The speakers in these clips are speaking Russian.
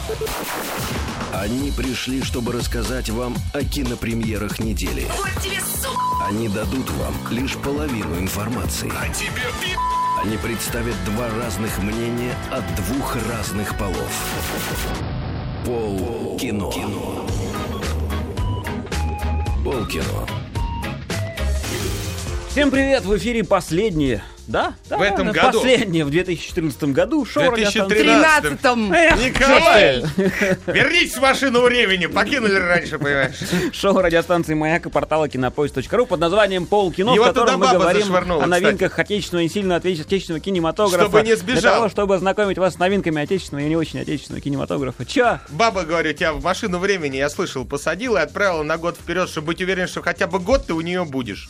Они пришли, чтобы рассказать вам о кинопремьерах недели. Вот тебе, сука! Они дадут вам лишь половину информации. А тебе Они представят два разных мнения от двух разных полов. Полкино. Полкино. Всем привет, в эфире последнее. Да? В этом году. Последнее в 2014 году. Шоу В 2013. 13-м. Николай, вернитесь в машину времени. Покинули раньше, понимаешь. Шоу радиостанции «Маяк» и портала кинопоиск.ру под названием «Полкино», Его в котором туда мы баба говорим зашвырнула, о новинках отечественного и сильно отечественного кинематографа. Чтобы не сбежал. Для того, чтобы ознакомить вас с новинками отечественного и не очень отечественного кинематографа. Чё? Баба, говорю, тебя в машину времени, я слышал, посадила и отправила на год вперед, чтобы быть уверен, что хотя бы год ты у нее будешь.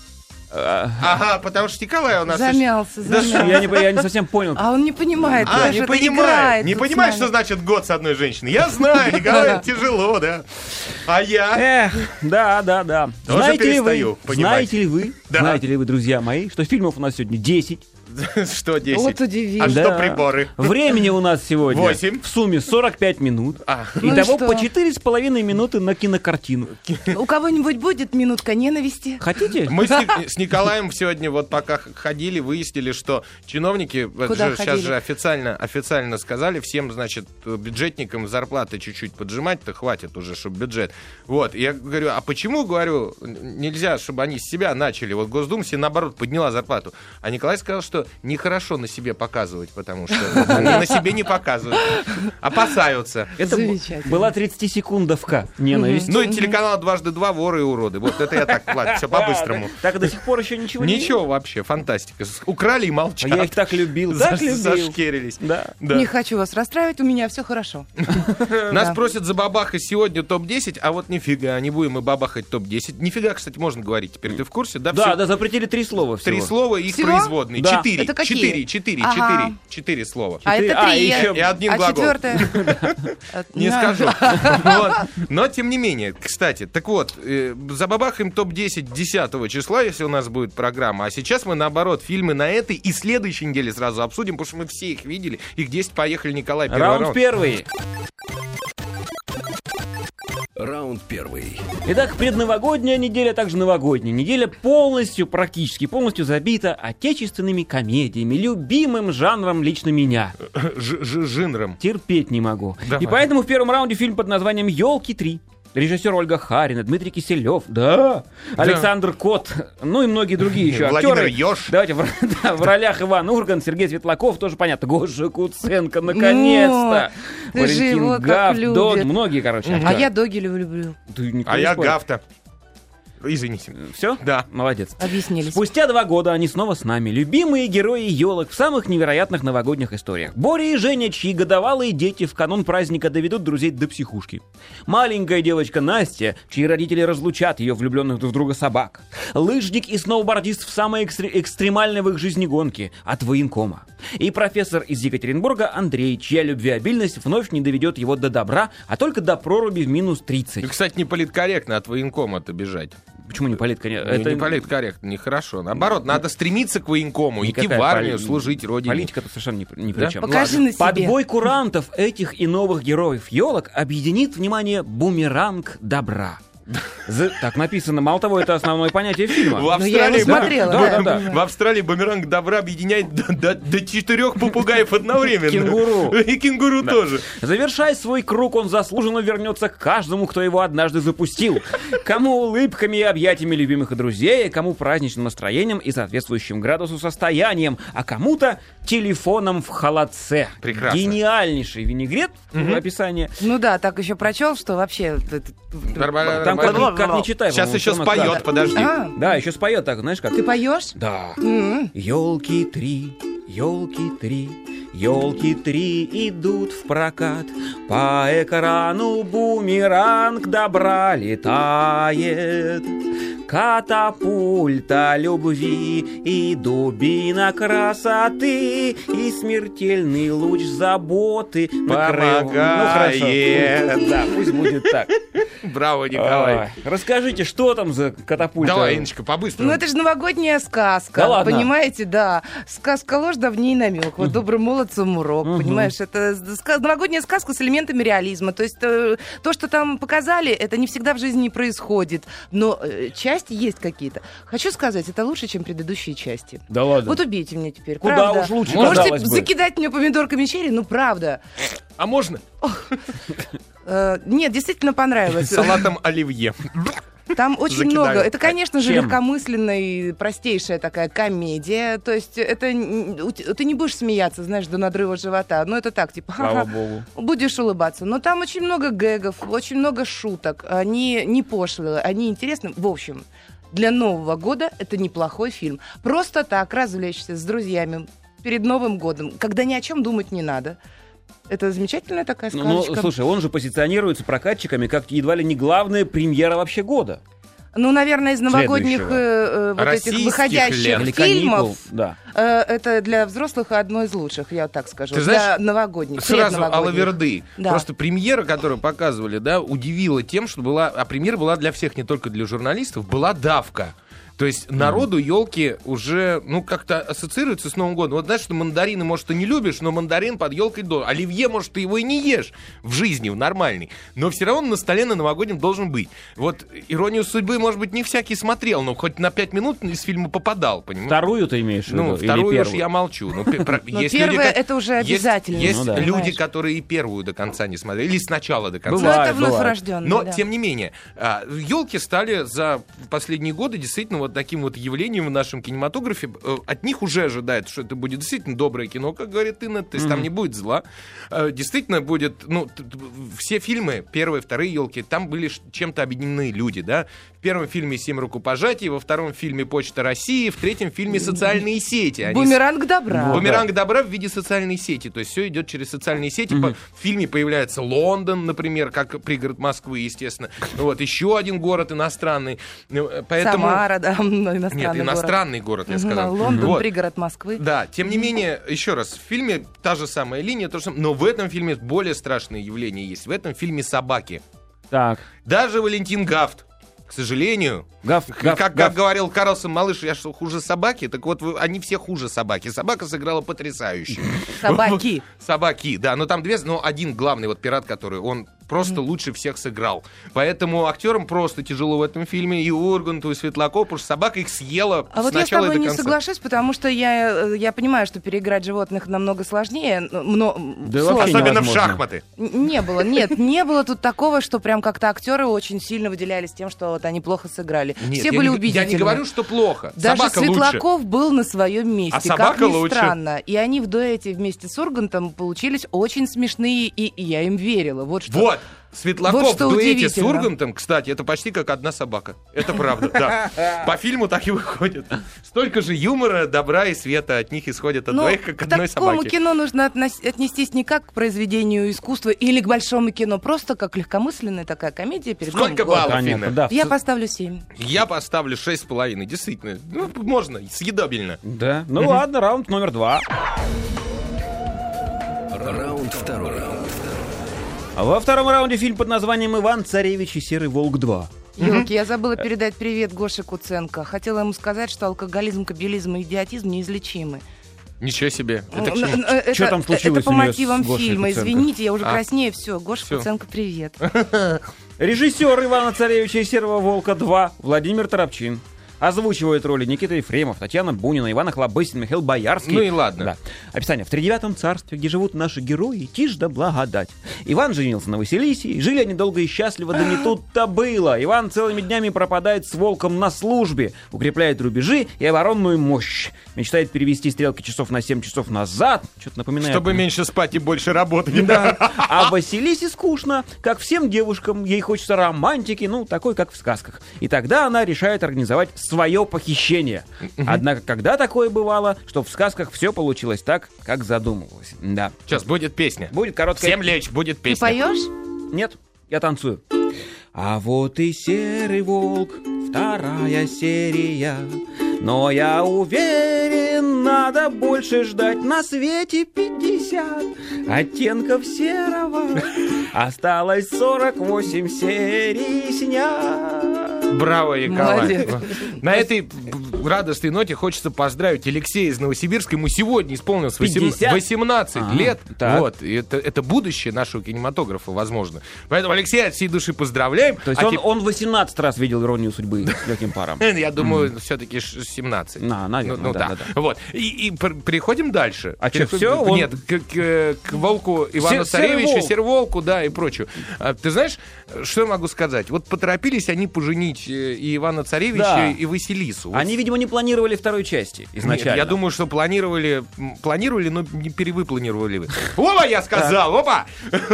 Ага, потому что Николай у нас... Замялся. Я не совсем понял. А он не понимает, не что понимает. играет. Не тут понимаешь, с что нами. значит год с одной женщиной? Я знаю, Николай, тяжело, да. А я... Да. Тоже Знаете перестаю понимать. Знаете ли вы, друзья мои, что фильмов у нас сегодня 10? Что 10? Вот удивительно. А Да. что приборы? Времени у нас сегодня 8. в сумме 45 минут. Ну и Итого что? по 4,5 минуты на кинокартину. У кого-нибудь будет минутка ненависти? Хотите? Мы с Николаем сегодня вот пока ходили, выяснили, что чиновники Куда сейчас ходили? же официально сказали всем, значит, бюджетникам зарплаты чуть-чуть поджимать-то хватит уже, чтобы бюджет. Вот, я говорю, а почему, говорю, нельзя, чтобы они с себя начали? Вот Госдума себе, наоборот, подняла зарплату. А Николай сказал, что нехорошо на себе показывать, потому что они на себе не показывают. Опасаются. Это Замечательно. была 30-секундовка ненависть. Ну и телеканал «Дважды два», воры и уроды. Вот это я так, ладно, все по-быстрому. Так до сих пор еще ничего не... Ничего вообще, фантастика. Украли и А молчат. я их так любил, так любил. Зашкерились. Да. Да. Не хочу вас расстраивать, у меня все хорошо. Нас Да. просят забабахать сегодня топ-10, а вот нифига, не будем мы бабахать топ-10. Нифига, кстати, можно говорить теперь. Ты в курсе? Да, Да, запретили 3 слова всего. 3 слова и их Всего? производные. Да. 4. Это какие? 4 Ага. слова. А это А, 3. еще- И один А глагол. 4? Не скажу. Вот. Но, тем не менее, кстати, так вот, забабахаем топ-10 10 числа, если у нас будет программа. А сейчас мы, наоборот, фильмы на этой и следующей неделе сразу обсудим, потому что мы все их видели. Их 10, поехали, Николай, первый Раунд первый. Раунд первый. Итак, предновогодняя неделя, а также новогодняя неделя практически полностью забита отечественными комедиями, любимым жанром лично меня. Жинром. Терпеть не могу. Давай. И поэтому в первом раунде фильм под названием «Елки 3». Режиссер Ольга Харина, Дмитрий Киселев, Александр Кот, ну и многие другие еще Владимир актеры. Ёж. Давайте в ролях Иван Ургант, Сергей Светлаков, тоже понятно, Гоша Куценко, наконец-то. Ну, ты же его как Гаф, любит. Дог, многие, короче, А актеры. я Догилева люблю. Ты никто А не я спорит. Гафта. Извините. Все? Да. Молодец. Объяснились. Спустя 2 года они снова с нами. Любимые герои елок в самых невероятных новогодних историях. Боря и Женя, чьи годовалые дети в канун праздника доведут друзей до психушки. Маленькая девочка Настя, чьи родители разлучат ее влюбленных друг в друга собак. Лыжник и сноубордист в самой экстремальной в их жизни гонке от военкома. И профессор из Екатеринбурга Андрей, чья любвеобильность вновь не доведет его до добра, а только до проруби в минус 30. Ну, кстати, не политкорректно от военкома-то бежать. Почему не политкорректно? Не политкорректно, нехорошо. Наоборот, надо стремиться к военкому, идти Никакая в армию, поли- служить родине. Политика-то совершенно не при Да? чем. Покажи Ладно. на себе. Подбой курантов этих и новых героев елок объединит, внимание, бумеранг добра. Так написано. Мало того, это основное понятие фильма. В Ну, я его Австралии, смотрела, да. в Австралии бумеранг добра объединяет до 4 попугаев одновременно. Кенгуру. И кенгуру тоже. Завершая свой круг, он заслуженно вернется к каждому, кто его однажды запустил. Кому улыбками и объятиями любимых и друзей, кому праздничным настроением и соответствующим градусу состоянием, а кому-то телефоном в холодце. Прекрасно. Гениальнейший винегрет в описании. Ну да, так еще прочел, что вообще... Там как не читай. Сейчас по-моему, еще Тёма споет, Краб. подожди. А, Да, еще споет так, знаешь как? ты поешь? Да. М. Елки 3, елки 3, елки 3 идут в прокат. По экрану бумеранг добра летает. Катапульта любви и дубина красоты и смертельный луч заботы Помогает. Ну хорошо, да, пусть будет так. Браво, Николай. Расскажите, что там за катапульта? Давай, Инночка, по-быстрому. Ну, это же новогодняя сказка, Да ладно? понимаете, да. Сказка ложь, давней намек. Вот добрым молодцам урок, понимаешь? Это новогодняя сказка с элементами реализма. То есть то, что там показали, это не всегда в жизни происходит. Но части есть какие-то. Хочу сказать, это лучше, чем предыдущие части. Да ладно. Вот убейте меня теперь, Куда правда? уж лучше, Можете казалось бы. закидать меня помидорками черри, ну правда. А можно? Нет, действительно понравилось. С салатом оливье. Там очень Закидаю. много. Это, конечно же, Чем? легкомысленная и простейшая такая комедия. То есть это ты не будешь смеяться, знаешь, до надрыва живота. Ну, это так, типа, Слава ха-ха, богу. будешь улыбаться. Но там очень много гэгов, очень много шуток. Они не пошлые, они интересны. В общем, для Нового года это неплохой фильм. Просто так развлечься с друзьями перед Новым годом, когда ни о чем думать не надо. Это замечательная такая Ну, сказочка. слушай, он же позиционируется прокатчиками как едва ли не главная премьера вообще года. Ну, наверное, из новогодних вот этих Российских выходящих лент. Или фильмов каникул, да. это для взрослых одно из лучших, я так скажу. Ты Для знаешь, новогодних. Сразу предновогодних. Алаверды. Да. Просто премьера, которую показывали, да, удивила тем, что была... А премьера была для всех, не только для журналистов. Была давка. То есть народу елки уже, ну, как-то ассоциируются с Новым годом. Вот знаешь, что мандарины, может, ты не любишь, но мандарин под елкой должен. Оливье, может, ты его и не ешь в жизни, в нормальной. Но все равно на столе на новогоднем должен быть. Вот «Иронию судьбы», может быть, не всякий смотрел, но хоть на 5 минут из фильма попадал, понимаешь? Вторую ты имеешь в виду? Ну, или вторую уж первую? я молчу. Ну, Но первое это уже обязательно. Есть Ну да. люди, Понимаешь? которые и первую до конца не смотрели, или сначала до конца. Ну, Бывает, это вновь бывает. рожденные. Но, да. тем не менее, елки стали за последние годы действительно вот таким вот явлением в нашем кинематографе. От них уже ожидают, что это будет действительно доброе кино, как говорит Инна, то есть там не будет зла. Действительно будет, ну, все фильмы, первые, вторые елки, там были чем-то объединены люди, да. В первом фильме «Семь рукопожатий», во втором фильме «Почта России», в третьем фильме «Социальные сети». Они Бумеранг добра. Бумеранг добра в виде социальной сети. То есть все идет через социальные сети. В фильме появляется Лондон, например, как пригород Москвы, естественно. Вот, еще один город иностранный. Поэтому... Самара, да, иностранный Нет, город. иностранный город, я сказал. Лондон, Вот. пригород Москвы. Да, тем не менее, еще раз, в фильме та же самая линия, то же самое, но в этом фильме более страшное явление есть. В этом фильме собаки. Так. Даже Валентин Гафт, к сожалению, Гав, как говорил Карлсон Малыш, я что, хуже собаки? Так вот, они все хуже собаки. Собака сыграла потрясающе. Собаки. Собаки, да. Но там две, но один главный вот пират, который, он просто лучше всех сыграл. Поэтому актерам просто тяжело в этом фильме. И Урганту, и Светлакову, потому что собака их съела А с вот я с начала тобой и до не конца. соглашусь, потому что я понимаю, что переиграть животных намного сложнее. Да вообще Особенно в невозможно. шахматы. Не было, нет, не было тут такого, что прям как-то актеры очень сильно выделялись тем, что вот они плохо сыграли. Нет, Все я были не- убедительны. Я не говорю, что плохо. Даже Собака лучше. Светлаков был на своем месте. А собака как ни лучше. странно. И они в дуэте вместе с Ургантом получились очень смешные, и я им верила. Вот что. Вот. Светлаков Вот что в дуэте с удивительно. Ургантом, кстати, это почти как одна собака. Это правда, да. По фильму так и выходит. Столько же юмора, добра и света от них исходит от Но двоих, как к одной такому собаки. кино нужно отнестись не как к произведению искусства или к большому кино, просто как легкомысленная такая комедия перед Новым Сколько годом. баллов, Понятно, Инна? да. Я поставлю 7. Я поставлю 6,5. Действительно. Ну, можно, съедобельно. Да. Ну ладно, раунд номер 2. Раунд второй. Во втором раунде фильм под названием «Иван, Царевич и Серый волк 2». Ёлки, я забыла передать привет Гоше Куценко. Хотела ему сказать, что алкоголизм, кабелизм и идиотизм неизлечимы. Ничего себе. Это к чему? Чё там случилось Это по у неё с мотивам Гошей фильма. Куценко? Извините, я уже А. краснею. Все, Гоша Всё. Куценко, привет. Режиссер Ивана Царевича и Серого волка 2 Владимир Торопчин. Озвучивают роли Никита Ефремов, Татьяна Бунина, Иван Охлобыстин, Михаил Боярский. Ну и ладно. Да. Описание. В тридевятом царстве, где живут наши герои, тишь да благодать. Иван женился на Василисе, и жили они долго и счастливо, да не тут-то было. Иван целыми днями пропадает с волком на службе, укрепляет рубежи и оборонную мощь. Мечтает перевести стрелки часов на 7 часов назад. Что-то напоминает. Чтобы меньше спать и больше работать. Да. А Василисе скучно. Как всем девушкам, ей хочется романтики, ну, такой, как в сказках. И тогда она решает организовать свое похищение. Однако, когда такое бывало, что в сказках все получилось так, как задумывалось. Да. Сейчас будет песня. Будет короткая... Всем лечь, будет Ты песня. поешь? Нет, я танцую. А вот и Серый волк, вторая серия. Но я уверен, надо больше ждать. На свете 50 оттенков серого. Осталось 48 серий снять. Браво, Николай. Молодец. На этой радостной ноте хочется поздравить Алексея из Новосибирска. Ему сегодня исполнилось 18 лет. Так. Вот. И это будущее нашего кинематографа, возможно. Поэтому Алексея от всей души поздравляем. То есть он 18 раз видел «Иронию судьбы» с легким паром. Я думаю, все-таки 17. Наверное, да. Вот. И переходим дальше. А что, все? Нет, к волку Ивану Царевичу, Серволку, да, и прочее. Ты знаешь, что я могу сказать? Вот поторопились они поженить и Ивана Царевича, Да. и Василису. Вот. Они, видимо, не планировали второй части изначально. Нет, я думаю, что планировали, но не перевыпланировали. Опа, я сказал, опа!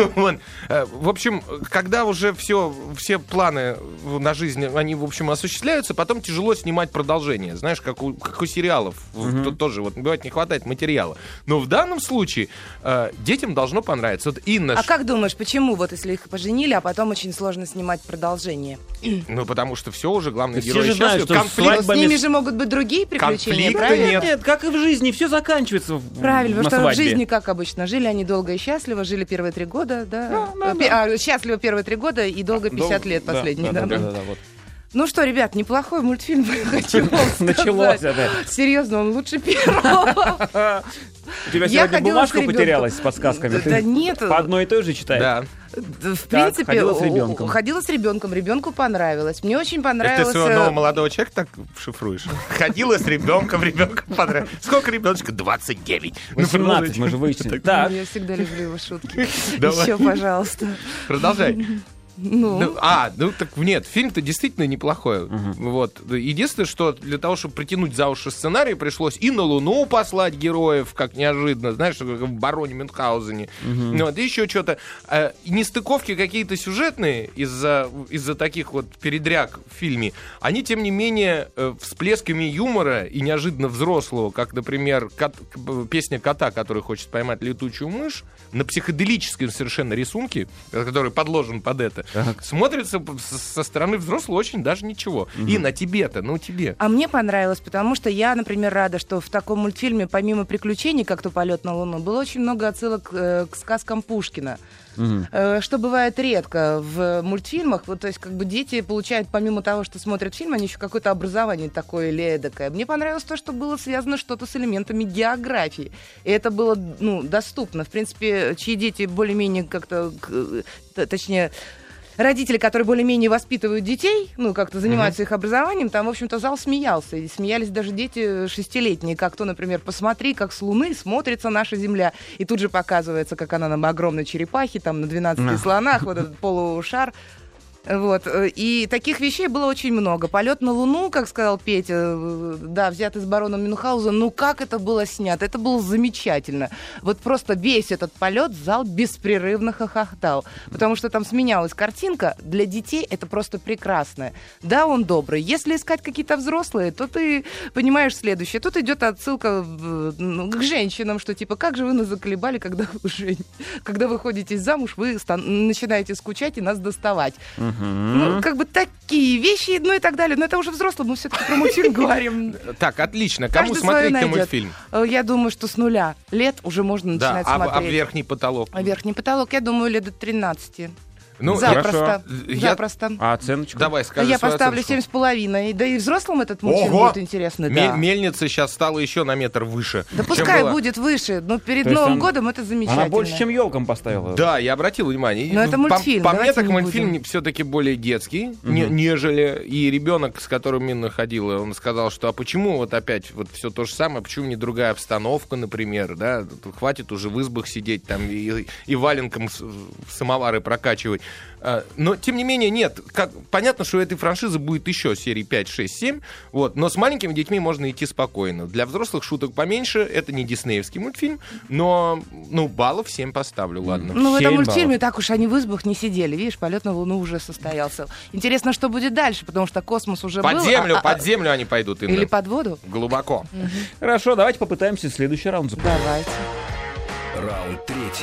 В общем, когда уже все планы на жизнь, они, в общем, осуществляются, потом тяжело снимать продолжение. Знаешь, как у сериалов. Тут тоже вот бывает не хватает материала. Но в данном случае детям должно понравиться. Вот Инна... А как думаешь, почему вот если их поженили, а потом очень сложно снимать продолжение? Ну, потому что все уже, главное, Все герои же знают, счастливы. что Но с ними же могут быть другие приключения, Конфликта правильно? нет. Как и в жизни, все заканчивается Правильно, на потому что в свадьбе. жизни, как обычно, жили они долго и счастливо, жили первые 3 года, да. Счастливо первые 3 года и долго 50 лет последние, да. Вот. Ну что, ребят, неплохой мультфильм, хочу вам Началось сказать. это. Серьезно, он лучше первого. У тебя Я сегодня ходила бумажка с ребенком. потерялась с подсказками. Да нет. По одной и той же читаешь? Да. В Так, принципе, ходила с ребенком. ходила с ребенком, ребенку понравилось. Мне очень Это понравилось. ты своего нового молодого человека так шифруешь? Ходила с ребенком, ребенку понравилось. Сколько ребеночка? 29. 18, мы же выяснили. Так, Я всегда люблю его шутки. Давай. Еще, пожалуйста. Продолжай. Ну, Так нет, фильм-то действительно неплохой. Вот. Единственное, что для того, чтобы притянуть за уши сценарий, пришлось и на Луну послать героев, как неожиданно, знаешь, как в «Бароне Мюнхгаузене». Вот, и еще что-то. Нестыковки какие-то сюжетные из-за таких вот передряг в фильме, они, тем не менее, всплесками юмора и неожиданно взрослого, как, например, песня кота, который хочет поймать летучую мышь, на психоделическом совершенно рисунке, который подложен под это, смотрится со стороны взрослого очень даже ничего. И на тебе-то, тебе. а мне понравилось, потому что я, например, рада, что в таком мультфильме, помимо приключений, как то «Полет на Луну», было очень много отсылок к сказкам Пушкина. Что бывает редко в мультфильмах. Вот, то есть, как бы дети получают, помимо того, что смотрят фильм, они еще какое-то образование такое или эдакое. Мне понравилось то, что было связано что-то с элементами географии. И это было, доступно. В принципе, чьи дети более-менее как-то, точнее, родители, которые более-менее воспитывают детей, как-то занимаются их образованием, там, в общем-то, зал смеялся. И смеялись даже дети 6-летние, как то, например, посмотри, как с Луны смотрится наша Земля. И тут же показывается, как она на огромной черепахе, там, на 12 слонах, вот этот полушар. Вот. И таких вещей было очень много. «Полет на Луну», как сказал Петя, да, взят из «Барона Мюнхгаузена». Как это было снято? Это было замечательно. Вот просто весь этот полет зал беспрерывно хохотал. Потому что там сменялась картинка. Для детей это просто прекрасно. Да, он добрый. Если искать какие-то взрослые, то ты понимаешь следующее. Тут идет отсылка к женщинам, что типа, как же вы нас заколебали, когда вы ходите замуж, вы начинаете скучать и нас доставать. Как бы такие вещи, и так далее. Но это уже взрослый, мы все-таки про мультфильм говорим. Так, отлично. Кому Каждый смотреть свое на найдет. мультфильм? Я думаю, что с 0 лет уже можно начинать смотреть. А верхний потолок? А верхний потолок, я думаю, лет до 13. Ну, Запросто. я- Запросто. А оценочка? Давай, скажи Я свою поставлю оценку. 7,5. Да и взрослым этот мультфильм Ого! будет интересно. Да. Мельница сейчас стала еще на метр выше. Да чем пускай была. будет выше, но перед То есть Новым он- годом это замечательно. Она больше, чем елкам поставила. Да, я обратил внимание. Но это мультфильм, По мне, давайте так не мультфильм будем. все-таки более детский, нежели. И ребенок, с которым Инна ходила, он сказал, что а почему вот опять вот все то же самое, почему не другая обстановка, например, да? Тут хватит уже в избах сидеть там и валенком самовары прокачивать. Но, тем не менее, нет. Понятно, что у этой франшизы будет еще серий 5, 6, 7. Вот, но с маленькими детьми можно идти спокойно. Для взрослых шуток поменьше. Это не диснеевский мультфильм, но баллов 7 поставлю, ладно. Ну, в 7 этом мультфильме баллов. так уж они в избах не сидели. Видишь, «Полет на Луну» уже состоялся. Интересно, что будет дальше, потому что космос уже был. Под землю они пойдут, Инна. Или под воду? Глубоко. Хорошо, давайте попытаемся следующий раунд запустить. Давайте. Раунд третий.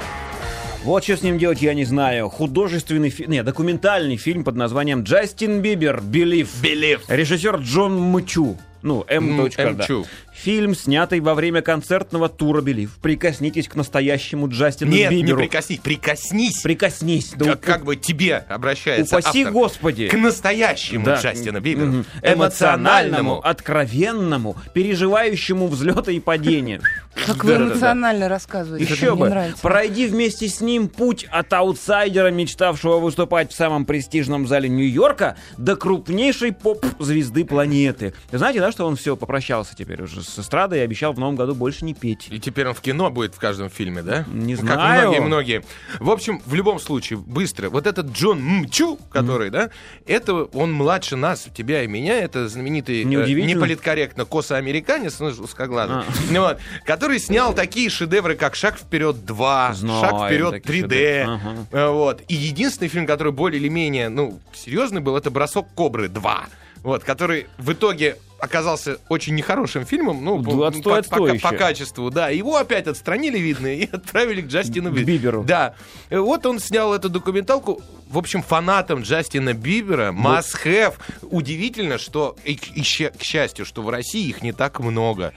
Вот что с ним делать, я не знаю. Художественный фильм, документальный фильм под названием «Джастин Бибер. Believe». Believe. Режиссер Джон Мчу. Ну, да. Фильм, снятый во время концертного тура Believe. Прикоснитесь к настоящему Джастину Биберу. Не прикоснись. Прикоснись. Да, как бы тебе обращается упаси автор. Господи. К настоящему Джастину Биберу. Эмоциональному, откровенному, переживающему взлеты и падения. Как вы эмоционально рассказываете. Еще бы. Нравится. Пройди вместе с ним путь от аутсайдера, мечтавшего выступать в самом престижном зале Нью-Йорка, до крупнейшей поп-звезды планеты. Вы знаете, да, что он все попрощался теперь уже с эстрадой и обещал в новом году больше не петь. И теперь он в кино будет в каждом фильме, да? Не знаю. Как многие. В общем, в любом случае, быстро. Вот этот Джон Мчу, который, да, это он младше нас, тебя и меня. Это знаменитый, неполиткорректно, косоамериканец, ну, узкоглазый, вот, который снял такие шедевры, как «Шаг вперед 2», «Шаг вперед 3D». Вот. И единственный фильм, который более или менее, ну, серьезный был, это «Бросок кобры 2». Вот, который в итоге оказался очень нехорошим фильмом, ну, по качеству, да. Его опять отстранили, видно, и отправили к Джастину Биберу. Да. Вот он снял эту документалку. В общем, фанатам Джастина Бибера must have. Удивительно, что, к счастью, что в России их не так много.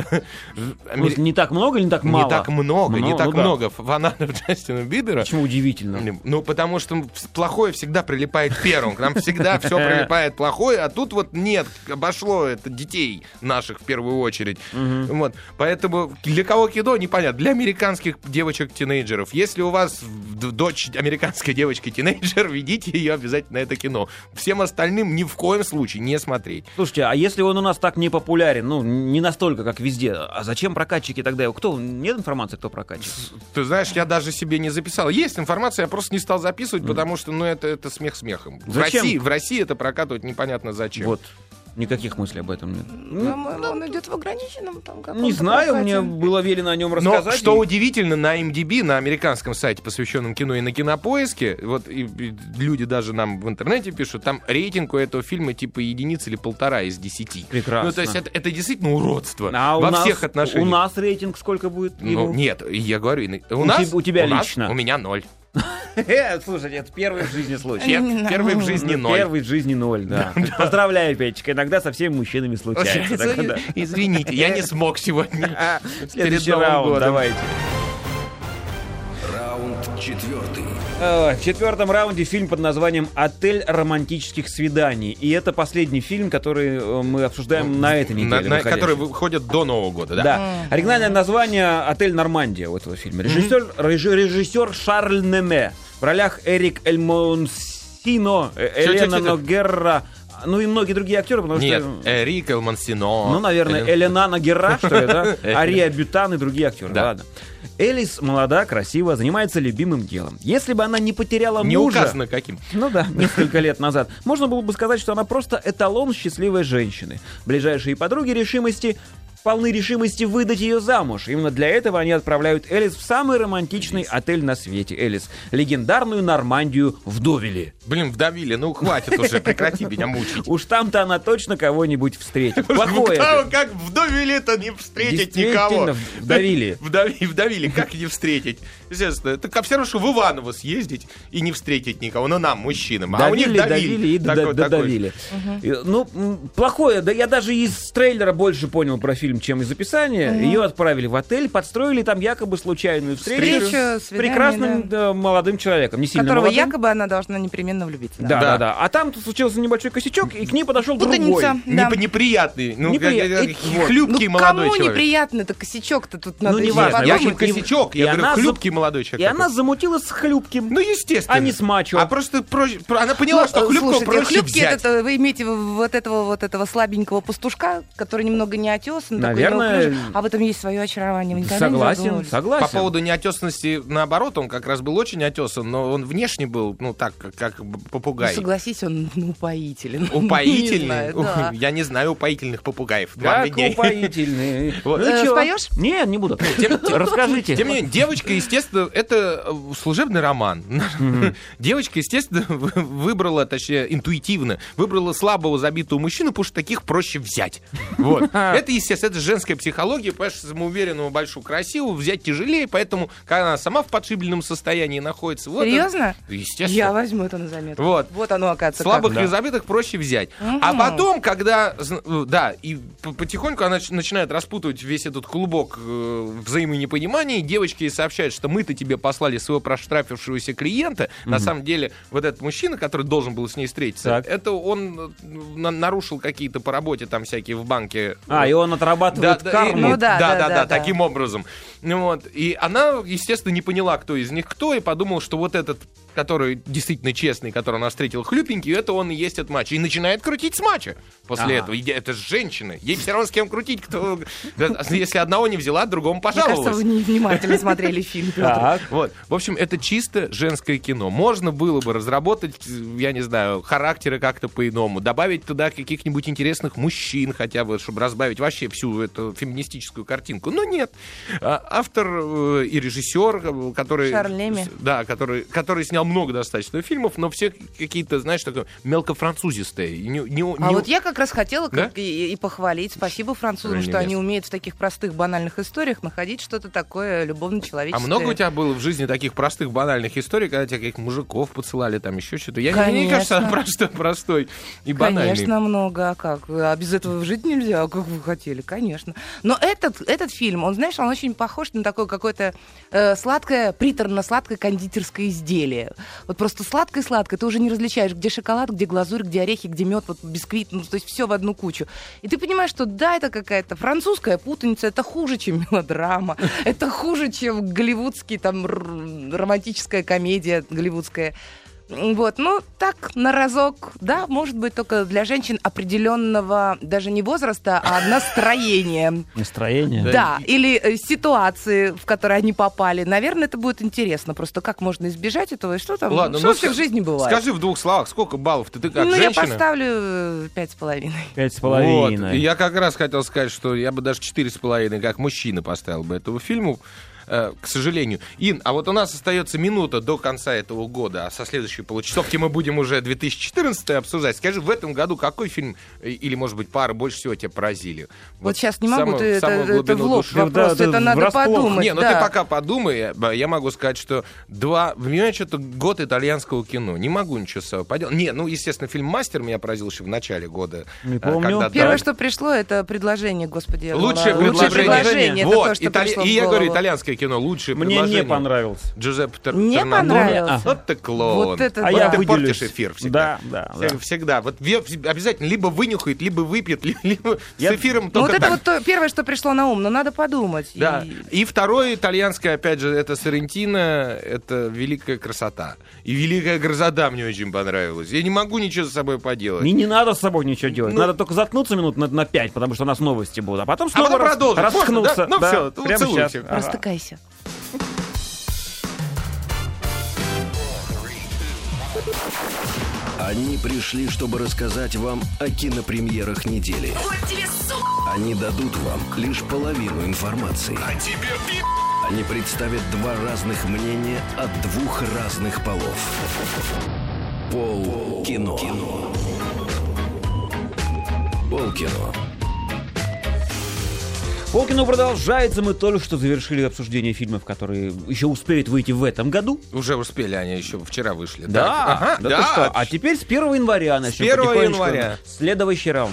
Не так много или не так мало? Не так много фанатов Джастина Бибера. Почему удивительно? Ну, потому что плохое всегда прилипает первым. К нам всегда все прилипает плохое, а тут вот нет, обошло это детей наших в первую очередь. Вот. Поэтому для кого кино, непонятно. Для американских девочек-тинейджеров. Если у вас дочь американская девочка-тинейджер, ведите ее обязательно на это кино. Всем остальным ни в коем случае не смотреть. Слушайте, а если он у нас так не популярен, ну, не настолько, как везде, а зачем прокатчики тогда? Кто? Нет информации, кто прокатчик? Ты знаешь, я даже себе не записал. Есть информация, я просто не стал записывать, потому что, ну, это смех смехом. Зачем? В России это прокатывать непонятно зачем. Вот. Никаких мыслей об этом нет. Он идет в ограниченном там каком-то не знаю, прокате. мне было велено о нем рассказать. Но что удивительно, на IMDb, на американском сайте, посвященном кино, и на Кинопоиске, вот и люди даже нам в интернете пишут, там рейтинг у этого фильма типа 1 или 1,5 из 10. Прекрасно. Ну, то есть это действительно уродство во всех отношениях. У нас рейтинг сколько будет? Ну, нет, я говорю, у тебя лично. У меня 0. Слушайте, это первый в жизни случай. Первый в жизни 0. Первый в жизни 0, да. Поздравляю, Петечка. Иногда со всеми мужчинами случается. Извините, я не смог сегодня. Следующий раунд, давайте. Раунд 4. В 4-м раунде фильм под названием «Отель романтических свиданий». И это последний фильм, который мы обсуждаем на этой неделе. Который выходит до Нового года, да? Да. Оригинальное название «Отель Нормандия» у этого фильма. Режиссер Шарль Неме. В ролях Эрик Эльмонсино, Елена Ногерра, ну и многие другие актеры, потому Нет, что... Эрик Эльмонсино. Ну, наверное, Элена Ногерра, что ли, да? Ария Бютан и другие актеры. Да. Ладно. Элис молода, красива, занимается любимым делом. Если бы она не потеряла мужа... Не указано каким. Ну да, несколько лет назад. Можно было бы сказать, что она просто эталон счастливой женщины. Ближайшие подруги полны решимости выдать ее замуж. Именно для этого они отправляют Элис в самый романтичный отель на свете. Элис. Легендарную Нормандию в Довиле. Блин, в Довиле, ну хватит уже, прекрати меня мучить. Уж там-то она точно кого-нибудь встретит. Плохое это. Как в Довиле-то не встретить никого. В Довиле. В Довиле, как не встретить? Естественно, это все равно, что в Иваново съездить и не встретить никого. Но нам, мужчинам. А у них давили и додавили. Ну, плохое. Да я даже из трейлера больше понял про фильм, чем из описания. Ее отправили в отель, подстроили там якобы случайную встречу с прекрасным молодым человеком. Не сильно которого молодым. Якобы она должна непременно влюбиться. Да. А там случился небольшой косячок, и к ней подошел другой. Неприятный. Хлюпкий молодой человек. Кому неприятный-то косячок-то тут надо? Ну, не важно. Я не косячок, я говорю, хлюпкий молодой человек. И она замутила с хлюпким. Ну, естественно. А не с мачо. А просто она поняла, что хлюпкого проще взять. Это вы имеете вот этого слабенького пастушка, который немного неотесан. Наверное. А в этом есть свое очарование. Согласен. По поводу неотесанности, наоборот, он как раз был очень отесан, но он внешне был, ну, так, как попугай. Ну, согласись, он упоителен. Упоительный? Я не знаю упоительных попугаев. Как упоительный. Споешь? Нет, не буду. Тем не менее, девочка, естественно, естественно, это служебный роман. Девочка, естественно, выбрала, точнее, интуитивно, выбрала слабого забитого мужчину, потому что таких проще взять. Вот. Это, естественно, это женская психология, понимаешь, самоуверенного, большую, красивую взять тяжелее, поэтому, когда она сама в подшибленном состоянии находится... Вот Серьезно? Естественно. Я возьму это на заметку. Вот оно, оказывается, слабых как. и забитых проще взять. А потом, когда... Да, и потихоньку она начинает распутывать весь этот клубок взаимонепонимания, девочки ей сообщают, что мы-то тебе послали своего проштрафившегося клиента. На самом деле, вот этот мужчина, который должен был с ней встретиться, это он нарушил какие-то по работе там всякие в банке. И он отрабатывает карму. Да, таким образом. Вот. И она, естественно, не поняла, кто из них кто, и подумала, что вот этот, который действительно честный, которого она встретила хлюпенький, это он и есть от матча. И начинает крутить с матча после этого. Это же женщина. Ей все равно с кем крутить, кто... Если одного не взяла, другому пожаловалась. Мне кажется, вы невнимательно смотрели фильм, Петр. Вот. В общем, это чисто женское кино. Можно было бы разработать, я не знаю, характеры как-то по-иному, добавить туда каких-нибудь интересных мужчин хотя бы, чтобы разбавить вообще всю эту феминистическую картинку. Но нет. Автор и режиссер, который... Шарль Леми. Да, который снял много достаточно фильмов, но все какие-то, знаешь, такое мелкофранцузистые. Вот я как раз хотела и похвалить. Спасибо французам, что они умеют в таких простых банальных историях находить что-то такое любовно-человеческое. А много у тебя было в жизни таких простых банальных историй, когда тебя каких-то мужиков поцелали, там еще что-то? Мне кажется, простой и банальный. Конечно, много. А как? А без этого жить нельзя? А как вы хотели? Конечно. Но этот фильм, он, знаешь, он очень похож на такое какое-то сладкое, приторно-сладкое кондитерское изделие. Вот просто сладкое-сладкое. Ты уже не различаешь, где шоколад, где глазурь, где орехи, где мед, вот бисквит, то есть все в одну кучу. И ты понимаешь, что да, это какая-то французская путаница, это хуже, чем мелодрама, это хуже, чем голливудский, там, романтическая комедия голливудская. Вот, ну, так, на разок, да, может быть, только для женщин определенного, даже не возраста, а настроения. Настроение? Да, или ситуации, в которые они попали. Наверное, это будет интересно, просто как можно избежать этого, и что там, что вообще в жизни бывает. Скажи в двух словах, сколько баллов ты как женщина? Я поставлю 5,5. 5,5. Вот, и я как раз хотел сказать, что я бы даже 4,5 как мужчина поставил бы этому фильму. К сожалению. Ин, а вот у нас остается минута до конца этого года, а со следующей получасовки мы будем уже 2014 обсуждать. Скажи, в этом году какой фильм, или, может быть, пара больше всего тебя поразили? Вот сейчас не могу, это в лоб вопрос, это надо подумать. Не, ну ты пока подумай, я могу сказать, что понимаешь, это год итальянского кино, не могу ничего с собой поделать. Не, ну, естественно, фильм «Мастер» меня поразил еще в начале года. Не помню. Первое, что пришло, это предложение, господи. Лучшее предложение. Это то, что пришло в голову. И я говорю, итальянское кино, лучшее предложение. Мне не понравилось. Джузеппе Торнадо. Не понравилось. Вот ты клоун. Вот это а я ты выделюсь. портишь эфир всегда. Да. Всегда. Вот обязательно либо вынюхает, либо выпьет, либо с эфиром только вот так. это вот первое, что пришло на ум, но надо подумать. Да. И второе итальянское, опять же, это Соррентино, это «Великая красота». И «Великая красота» мне очень понравилась. Я не могу ничего с собой поделать. Мне не надо с собой ничего делать. Надо только заткнуться минут на 5, потому что у нас новости будут. А потом потом снова продолжим. раскнуться. Ну все, прямо целую сейчас. всех. Растыкайся. Они пришли, чтобы рассказать вам о кинопремьерах недели. Они дадут вам лишь половину информации. Они представят два разных мнения от двух разных полов. Полкино. Полкино. Полкино продолжается. Мы только что завершили обсуждение фильмов, которые еще успеют выйти в этом году. Уже успели, они еще вчера вышли. Да, ты что? А теперь с 1 января начнем. С 1 января. Следующий раунд.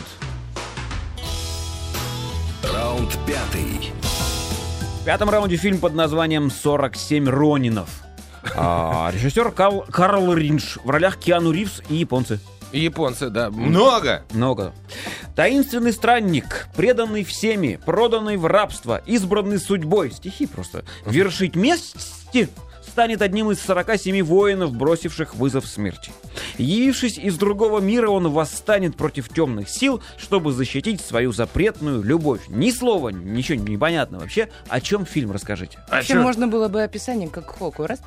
Раунд 5. В пятом раунде фильм под названием «47 Ронинов». Режиссер Карл Ринш. В ролях Киану Ривз и японцы. Японцы, да. Много. Таинственный странник, преданный всеми, проданный в рабство, избранный судьбой. Стихи просто. Вершить мести станет одним из 47 воинов, бросивших вызов смерти. Явившись из другого мира, он восстанет против темных сил, чтобы защитить свою запретную любовь. Ни слова, ничего не понятно вообще. О чем фильм, расскажите? Вообще можно было бы описание как Хоку. Раз...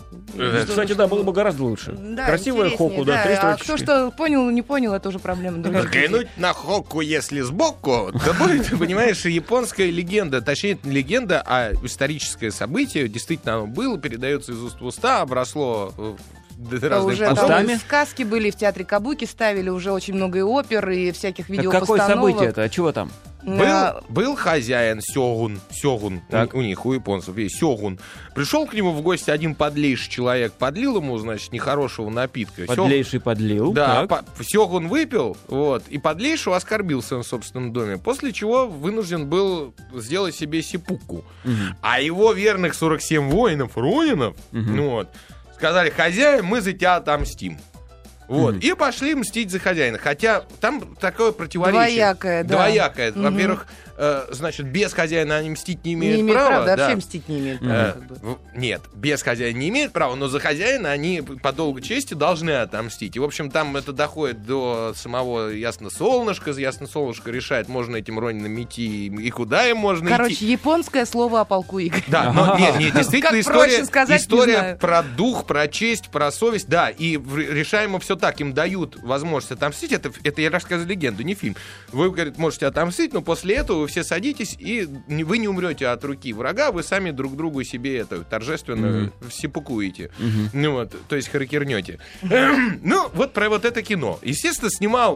Кстати, да, было бы гораздо лучше. Да, красивая Хоку, да, 3 А строчечки. кто что понял, не понял, это уже проблема других людей. Взглянуть на Хоку, если сбоку, то будет, понимаешь, японская легенда, точнее, не легенда, а историческое событие. Действительно, оно было, передается из уст в уста, обросло разными Уже подробностями. там скаски были, в театре Кабуки ставили уже очень много и опер, и всяких Так видеопостановок. какое событие это? А чего там? Был хозяин сёгун, у них, у японцев есть сёгун. Пришел к нему в гости один подлейший человек, подлил ему, значит, нехорошего напитка. Подлейший подлил. Да, так. сёгун выпил, вот, и подлейшего оскорбил в своем собственном доме, после чего вынужден был сделать себе сиппуку. А его верных 47 воинов, ронинов, вот, сказали: хозяин, мы за тебя отомстим. Вот. И пошли мстить за хозяина. Хотя там такое противоречие. Двоякое, да. Двоякое. Во-первых, значит, без хозяина они мстить не имеют Не имеют права, да. вообще мстить не имеют права. Нет, без хозяина не имеют права, но за хозяина они по долгу чести должны отомстить. И, в общем, там это доходит до самого Ясно-Солнышка. Ясно-Солнышко решает, можно этим ронинам идти и куда им можно идти. Короче, японское слово о полку Игоря. Да, но нет, действительно Как проще сказать, не история знаю. про дух, про честь, про совесть, да, и решаемо все так, им дают возможность отомстить, это я рассказываю легенду, не фильм. Вы, говорит, можете отомстить, но после этого вы все садитесь, и вы не умрете от руки врага, вы сами друг другу себе это торжественно сипукуете. Ну вот, то есть харакернете. Ну, вот про вот это кино. Естественно, снимал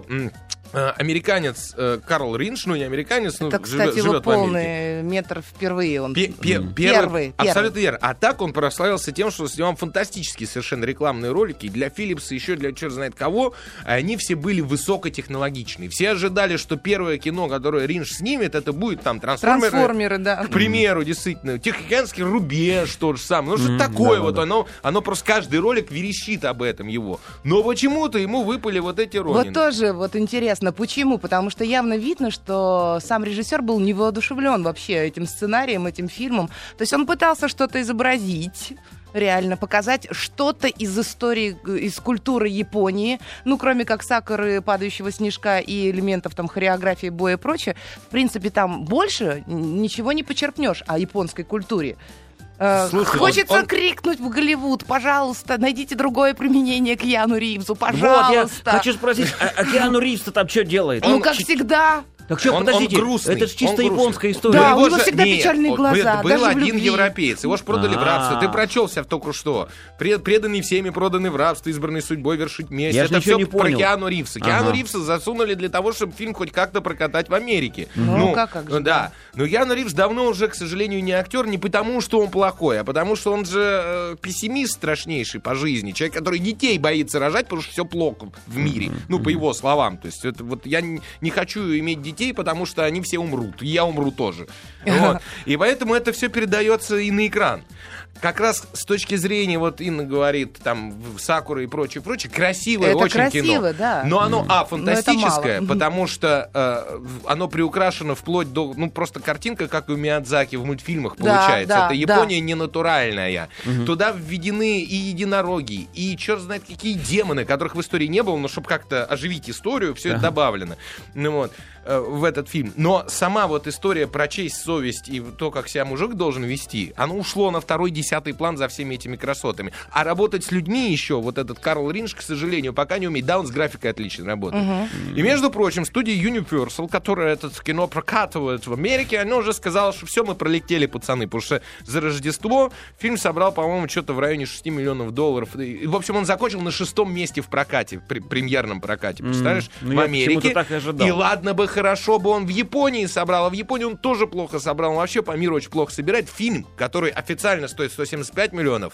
американец Карл Ринш, ну не американец, но Это, кстати, его живет в Америке. полный метр впервые. Он Первый. Абсолютно верно. А так он прославился тем, что снимал фантастические совершенно рекламные ролики для Philips, еще для черт знает кого. Они все были высокотехнологичные. Все ожидали, что первое кино, которое Ринш снимет, это будет там Трансформеры, да. К примеру, действительно. Тихоокеанский рубеж, то же самое. Ну, что такое вот. Оно просто каждый ролик верещит об этом его. Но почему-то ему выпали вот эти ронины. Вот тоже вот интересно, почему? Потому что явно видно, что сам режиссер был не воодушевлен вообще этим сценарием, этим фильмом. То есть он пытался что-то изобразить, реально показать что-то из истории, из культуры Японии, ну, кроме как сакуры, падающего снежка и элементов там хореографии, боя и прочее. В принципе, там больше ничего не почерпнешь о японской культуре. Слушай, хочется крикнуть в Голливуд: пожалуйста, найдите другое применение Киану Ривзу, пожалуйста. Вот, я хочу спросить, а Киану Ривз-то там что делает? Ну, как всегда. Так что, подождите, он грустный, это же чисто он японская история. Да, его у него всегда печальные глаза, Был даже в один любви. европеец, его ж продали в рабство. Ты прочел себя только что. Преданный всеми, проданный в рабство, избранный судьбой вершить месть. Я Это ничего все не про понял. Киану Ривза. Киану Ривза засунули для того, чтобы фильм хоть как-то прокатать в Америке. Ну, как же. Да. Но Киану Ривз давно уже, к сожалению, не актер, не потому, что он плохой, а потому, что он же пессимист страшнейший по жизни. Человек, который детей боится рожать, потому что все плохо в мире. Ну, по его словам. То есть это вот я не хочу иметь детей, потому что они все умрут. И я умру тоже. Вот. И поэтому это все передается и на экран. Как раз с точки зрения, вот Инна говорит, там, Сакура и прочее, красивое Это очень красиво, кино. да. Но оно, фантастическое, это мало. потому что оно приукрашено вплоть до, ну, просто картинка, как и у Миядзаки в мультфильмах Да, получается. да, Это Япония ненатуральная. Туда введены и единороги, и черт знает какие демоны, которых в истории не было, но чтобы как-то оживить историю, все это добавлено. Ну, вот. В этот фильм. Но сама вот история про честь, совесть и то, как себя мужик должен вести, оно ушло на второй, десятый план за всеми этими красотами. А работать с людьми еще, вот этот Карл Ринш, к сожалению, пока не умеет. Да, он с графикой отлично работает. И, между прочим, студия Universal, которая это кино прокатывает в Америке, она уже сказала, что все, мы пролетели, пацаны, потому что за Рождество фильм собрал, по-моему, что-то в районе $6 миллионов. И, в общем, он закончил на 6-м месте в прокате, премьерном прокате. Представляешь? Ну, в Америке. так и ожидал. И ладно бы хорошо бы он в Японии собрал, а в Японии он тоже плохо собрал. Он вообще по миру очень плохо собирает. Фильм, который официально стоит 175 миллионов.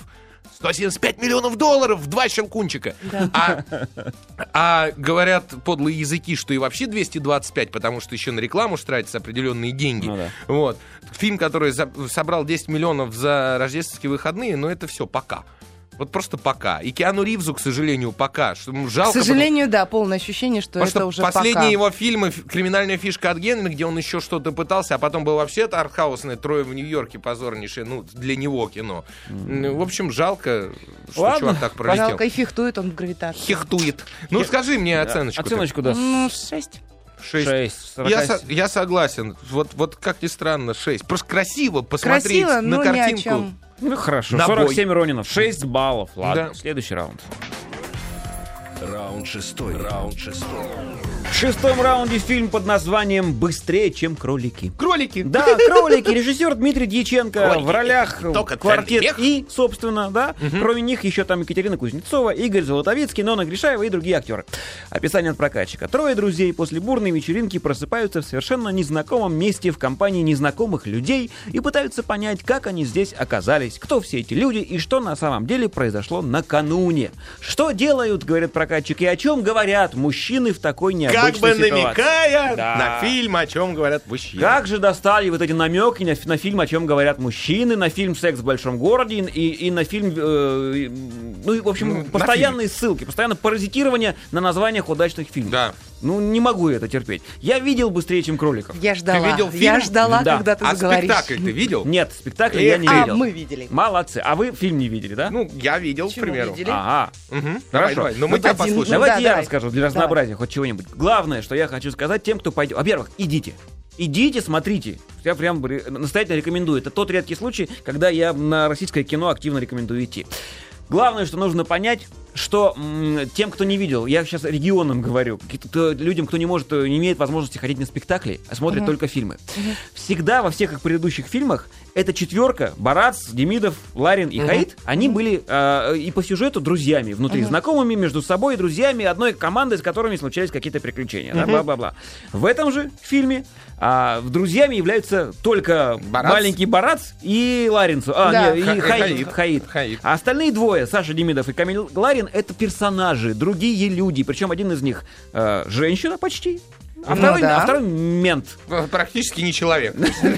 175 миллионов долларов в 2 щелкунчика. Да. А говорят подлые языки, что и вообще 225, потому что еще на рекламу тратятся определенные деньги. Ну, да. Вот. Фильм, который собрал 10 миллионов за рождественские выходные, но это все пока. Вот просто пока. И Киану Ривзу, к сожалению, пока. Что, жалко, к сожалению, да, полное ощущение, что это уже последние пока. его фильмы «Криминальная фишка» от Генри, где он еще что-то пытался, а потом был вообще-то артхаусный «Трое в Нью-Йорке», позорнейшее, для него кино. В общем, жалко, что чувак так пролетел. Жалко, и фехтует он в гравитации. Хехтует. Ну, скажи мне оценочку. Оценочку, да. 6. 6. Я согласен. Вот как ни странно, 6. Просто красиво посмотреть Красиво, на но картинку. ни о чем. Ну хорошо, На 47 Ронинов, 6 баллов. Ладно, Да. следующий раунд. Раунд шестой. В шестом раунде фильм под названием «Быстрее, чем кролики». Кролики. Да, кролики. Режиссер Дмитрий Дьяченко. Кролики. В ролях Только «Квартет» цельный мех. И, собственно, да. Кроме них еще там Екатерина Кузнецова, Игорь Золотовицкий, Нонна Гришаева и другие актеры. Описание от прокатчика. Трое друзей после бурной вечеринки просыпаются в совершенно незнакомом месте в компании незнакомых людей и пытаются понять, как они здесь оказались, кто все эти люди и что на самом деле произошло накануне. Что делают, говорит прокатчик, и о чем говорят мужчины в такой необычной Как бы ситуации. намекая Да. на фильм, о чем говорят мужчины. Как же достали вот эти намеки на фильм, о чем говорят мужчины, на фильм «Секс в большом городе» и на фильм, ну, и, в общем, на постоянные ссылки, постоянно паразитирование на названиях удачных фильмов. Да. Ну, не могу это терпеть. Я видел «Быстрее, чем кроликов». Я ждала. видел Я фильм? ждала, Да. когда ты А заговоришь. спектакль ты видел? Нет, спектакль я не А видел. мы видели. Молодцы. А вы фильм не видели, да? Ну, я видел, к Почему примеру. видели? Ага. Мгм. Хорошо. Давай. Ну, мы Ну, тебя один, послушаем. Давайте да, я давай. расскажу для разнообразия хоть чего-нибудь. Главное, что я хочу сказать тем, кто пойдет. Во-первых, идите. Идите, смотрите. Я прям настоятельно рекомендую. Это тот редкий случай, когда я на российское кино активно рекомендую идти. Главное, что нужно понять, что тем, кто не видел, я сейчас регионам говорю, людям, кто не имеет возможности ходить на спектакли, а смотрит только фильмы. Всегда во всех их предыдущих фильмах эта четверка, Барац, Демидов, Ларин и Хаид, они были и по сюжету друзьями, внутри знакомыми, между собой, друзьями, одной командой, с которыми случались какие-то приключения. Да, бла-бла-бла. В этом же фильме друзьями являются только Барац? маленький Барац и Ларинцу. Да. И Хаид. Хаид. А остальные двое, Саша Демидов и Камиль Ларин, это персонажи, другие люди. Причем один из них женщина почти, а Ну да. второй мент. Практически не человек.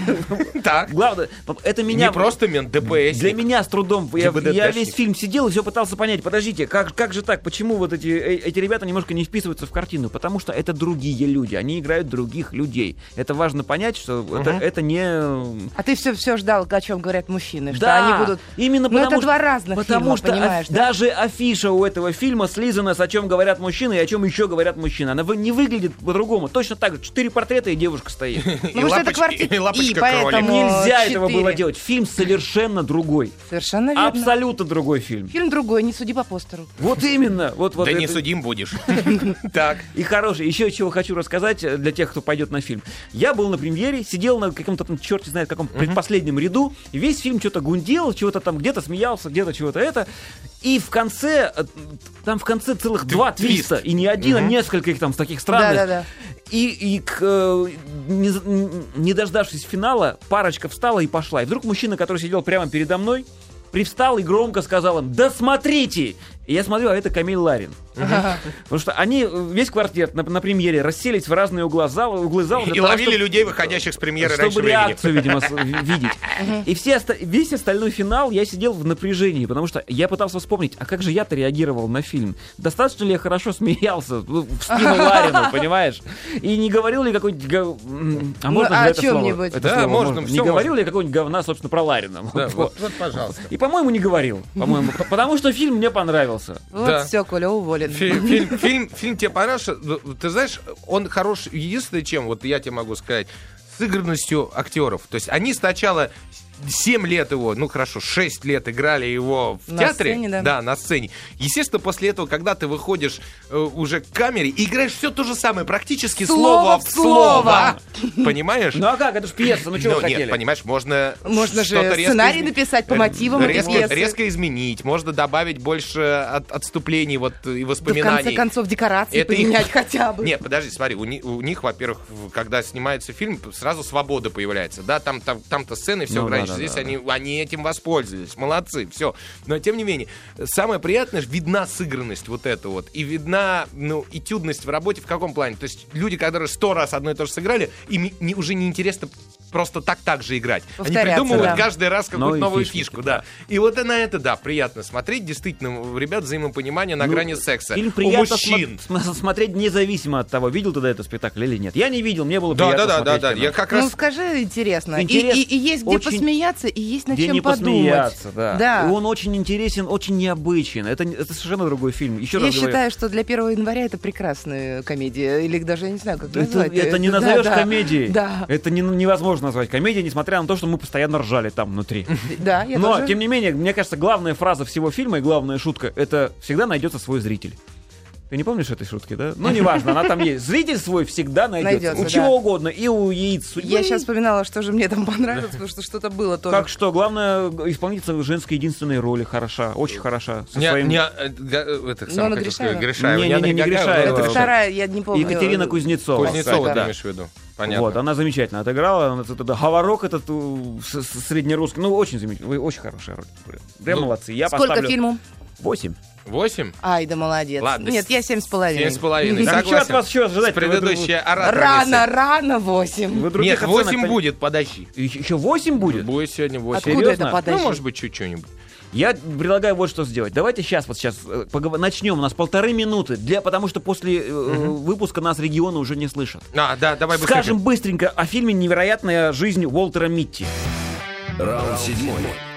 Так. Главное, это меня... Не просто мент, ДПС. Для меня с трудом, я ГИБДДшник. весь фильм сидел и все пытался понять, подождите, как же так, почему вот эти ребята немножко не вписываются в картину? Потому что это другие люди, они играют других людей. Это важно понять, что это не... А ты все ждал, о чем говорят мужчины, что Да, они будут... именно Ну, потому это что... два разных Потому фильма, что понимаешь, да? даже афиша у этого фильма слизана с «О чем говорят мужчины» и «О чем еще говорят мужчины». Она не выглядит по-другому. Точно так же. 4 портрета и девушка стоит. Ну, что это квартет и лапочка И, поэтому Нельзя этого 4. было делать. Фильм совершенно другой. Совершенно верно. Абсолютно другой фильм. Фильм другой, не суди по постеру. Вот именно. Вот Да это- не судим будешь. Так. И хороший. Еще чего хочу рассказать для тех, кто пойдет на фильм. Я был на премьере, сидел на каком-то там, черт знает каком, предпоследнем ряду. И весь фильм что-то гундел, чего-то там где-то смеялся, где-то чего-то это. И в конце, там в конце целых 2 твиста. И не один, а несколько их там таких странных. Да-да-да. И не дождавшись финала, парочка встала и пошла. И вдруг мужчина, который сидел прямо передо мной, привстал и громко сказал им: «Да смотрите!» И я смотрю, а это Камиль Ларин. Потому что они, весь квартет на премьере, расселись в разные углы зала. И ловили людей, выходящих с премьеры раньше чтобы времени. реакцию, видимо, видеть. И весь остальной финал я сидел в напряжении, потому что я пытался вспомнить, а как же я-то реагировал на фильм? Достаточно ли я хорошо смеялся в спину Ларину, понимаешь? И не говорил ли какой-нибудь... А можно же о это слово? чем-нибудь. Это Да, слово можно, Не всё говорил ли я какого-нибудь говна, собственно, про Ларина? Да, Вот. вот, пожалуйста. И, по-моему, не говорил. По-моему, потому что фильм мне понравился. Вот Да. все, Коля уволен. Фильм тебе понравился? Ты знаешь, он хорош. Единственное, чем, вот я тебе могу сказать, сыгранностью актеров. То есть они сначала 7 лет его, ну хорошо, 6 лет играли его в На театре. сцене, да. Да, на сцене. Естественно, после этого, когда ты выходишь уже к камере и играешь все то же самое, практически Слово слово в в слово. слово. Понимаешь? Ну а как? Это же пьеса, ну чего вы Ну, нет, хотели? понимаешь, можно Можно же что-то резко сценарий изме- написать по мотивам этой резко, пьесы. резко изменить, можно добавить больше отступлений вот, и Да в воспоминаний. конце концов декорации Это их- поменять хотя бы. Нет, подожди, смотри, у них, во-первых, когда снимается фильм, сразу свобода появляется, да, там-то сцены, все Ну, раньше, да, здесь да. они этим воспользовались, молодцы, все. Но, тем не менее, самое приятное, видна сыгранность вот эта вот, и видна, ну, этюдность в работе в каком плане? То есть люди, которые 100 раз одно и то же сыграли, им уже неинтересно просто так же играть. Они Повторяться, придумывают да. каждый раз какую-то Новые новую фишки, фишку, да. И вот на это, да, приятно смотреть. Действительно, у ребят взаимопонимание на грани секса. Фильм У приятно мужчин. смотреть независимо от того, видел ты до этого спектакль или нет. Я не видел, мне было приятно смотреть Да. кино. Я как Ну, раз... скажи, интересно. Интерес И есть где очень- посмеяться, и есть над Где чем не подумать. посмеяться, да. Да. И он очень интересен, очень необычен. Это совершенно другой фильм. Еще Я раз говорю. считаю, что для 1 января это прекрасная комедия. Или даже, я не знаю, как Это назвать. не Да, назовешь да. комедией. Да. Это невозможно назвать комедией, несмотря на то, что мы постоянно ржали там внутри. Да, я Но, тоже. тем не менее, мне кажется, главная фраза всего фильма и главная шутка — это «всегда найдется свой зритель». Ты не помнишь этой шутки, да? Ну, неважно, она там есть. Зритель свой всегда найдется. У Найдется, чего да. угодно. И у яиц судьбы. Я сейчас вспоминала, что же мне там понравилось, потому что что-то было тоже. Как что? Главное, исполнительница женской единственной роли хороша. Очень хороша. Со своим... Нона Гришаева? Гришаева. Не Гришаева. Это вторая, я не помню. Екатерина Кузнецова. Кузнецова, кстати, ты да. имеешь в виду. Понятно. Вот, она замечательно отыграла. Она, говорок этот среднерусский. Ну, очень замечательно. Вы очень хорошая роль. Прям молодцы. Я Сколько поставлю фильму? 8. 8? Ай, да молодец. Ладно, Нет, я 7,5. 7,5. Так что от вас еще ожидать? Предыдущая оратор. Рано 8. Вы других Нет, 8 оценок- будет, подожди. Еще 8 будет? Будет сегодня 8. Откуда Серьезно? это подожди? Ну, может быть, чуть-чуть. Я предлагаю вот что сделать. Давайте сейчас начнем. У нас 1,5 минуты. Потому что после выпуска нас регионы уже не слышат. Да, давай быстрее. Скажем быстренько о фильме «Невероятная жизнь Уолтера Митти». Раунд 7.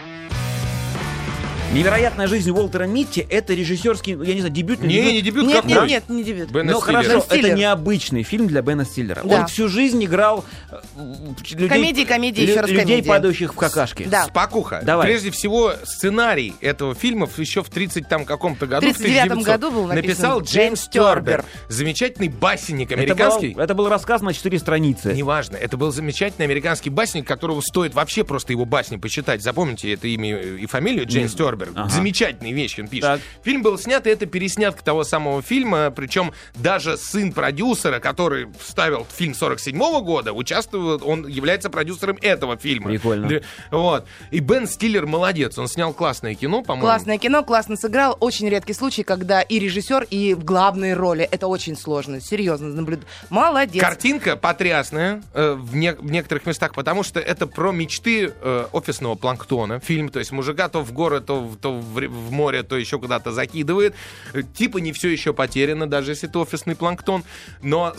«Невероятная жизнь Уолтера Митти» — это режиссерский, я не знаю, дебютный Не дебют Нет, какой? не дебют. Бен Ну Стиллер. хорошо, Стиллер. это необычный фильм для Бена Стиллера. Да. Он всю жизнь играл Комедии, еще раз людей, комедии. падающих в какашки. Да. Спокуха. Давай. Прежде всего, сценарий этого фильма еще в 30 там каком-то году, В 39-м году был написал написан Джеймс Тёрбер. Замечательный басенник американский. Это был рассказ на 4 страницы. Неважно, это был замечательный американский басенник, которого стоит вообще просто его басни почитать. Запомните это имя и фамилию, Джеймс Тёрбер. Ага. Замечательные вещи он пишет. Так. Фильм был снят, и это переснятка того самого фильма, причем даже сын продюсера, который вставил фильм 47-го года, участвует, он является продюсером этого фильма. Прикольно. Вот. И Бен Стиллер молодец, он снял классное кино, по-моему. Классное кино, классно сыграл. Очень редкий случай, когда и режиссер, и в главной роли. Это очень сложно. Серьезно наблюдать. Молодец. Картинка потрясная в некоторых местах, потому что это про мечты офисного планктона. Фильм, то есть мужика то в горы, то в море, то еще куда-то закидывает. Типа не все еще потеряно, даже если это офисный планктон. Но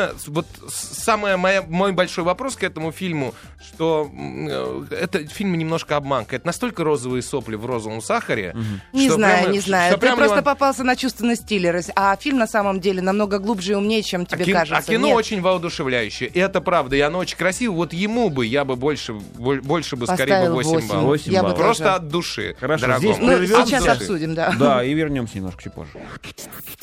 мой большой вопрос к этому фильму, что это фильм немножко обманка. Это настолько розовые сопли в розовом сахаре. Не что знаю, прямо- не знаю. что Ты прямо просто его- попался на чувственность Стиллера. А фильм на самом деле намного глубже и умнее, чем тебе кажется. А кино Нет. очень воодушевляющее. И это правда. И оно очень красиво. Вот ему бы я бы больше бы скорее Поставил бы 8 8. баллов. 8 Я бы баллов. тоже. Просто от души. Хорошо, дорогому. здесь Ну, прервемся. сейчас обсудим, да. Да, и вернемся немножко чуть позже.